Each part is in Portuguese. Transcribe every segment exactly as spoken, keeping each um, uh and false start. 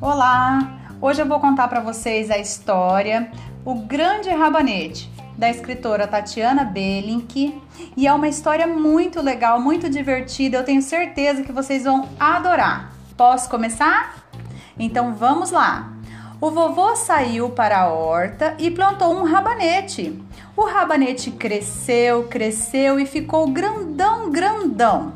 Olá! Hoje eu vou contar para vocês a história O Grande Rabanete, da escritora Tatiana Belink, e é uma história muito legal, muito divertida, eu tenho certeza que vocês vão adorar. Posso começar? Então vamos lá! O vovô saiu para a horta e plantou um rabanete. O rabanete cresceu, cresceu e ficou grandão, grandão.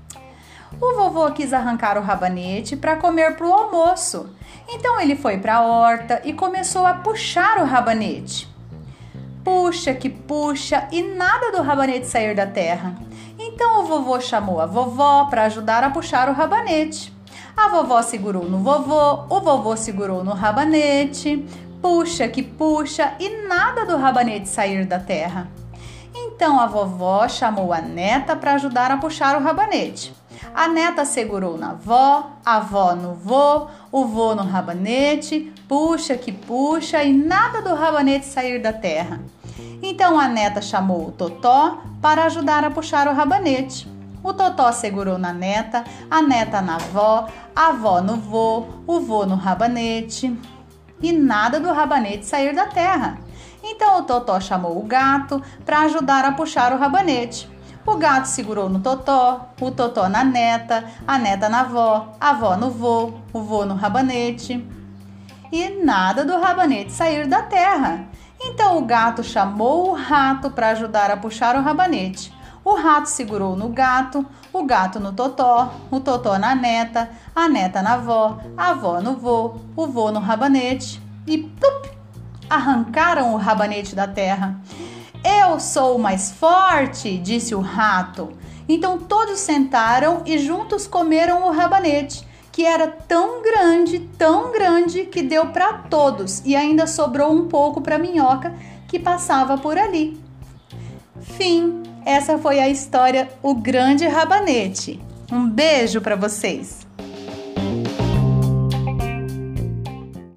O vovô quis arrancar o rabanete para comer para o almoço. Então ele foi para a horta e começou a puxar o rabanete. Puxa que puxa e nada do rabanete sair da terra. Então o vovô chamou a vovó para ajudar a puxar o rabanete. A vovó segurou no vovô, o vovô segurou no rabanete. Puxa que puxa e nada do rabanete sair da terra. Então a vovó chamou a neta para ajudar a puxar o rabanete. A neta segurou na avó, a avó no vô, o vô no rabanete, puxa que puxa e nada do rabanete sair da terra. Então a neta chamou o totó para ajudar a puxar o rabanete. O totó segurou na neta, a neta na avó, a avó no vô, o vô no rabanete e nada do rabanete sair da terra. Então o totó chamou o gato para ajudar a puxar o rabanete. O gato segurou no totó, o totó na neta, a neta na avó, a avó no vô, o vô no rabanete e nada do rabanete sair da terra. Então o gato chamou o rato para ajudar a puxar o rabanete. O rato segurou no gato, o gato no totó, o totó na neta, a neta na avó, a avó no vô, o vô no rabanete e plup, arrancaram o rabanete da terra. Eu sou o mais forte, disse o rato. Então todos sentaram e juntos comeram o rabanete, que era tão grande, tão grande que deu para todos e ainda sobrou um pouco para a minhoca que passava por ali. Fim. Essa foi a história O Grande Rabanete. Um beijo para vocês.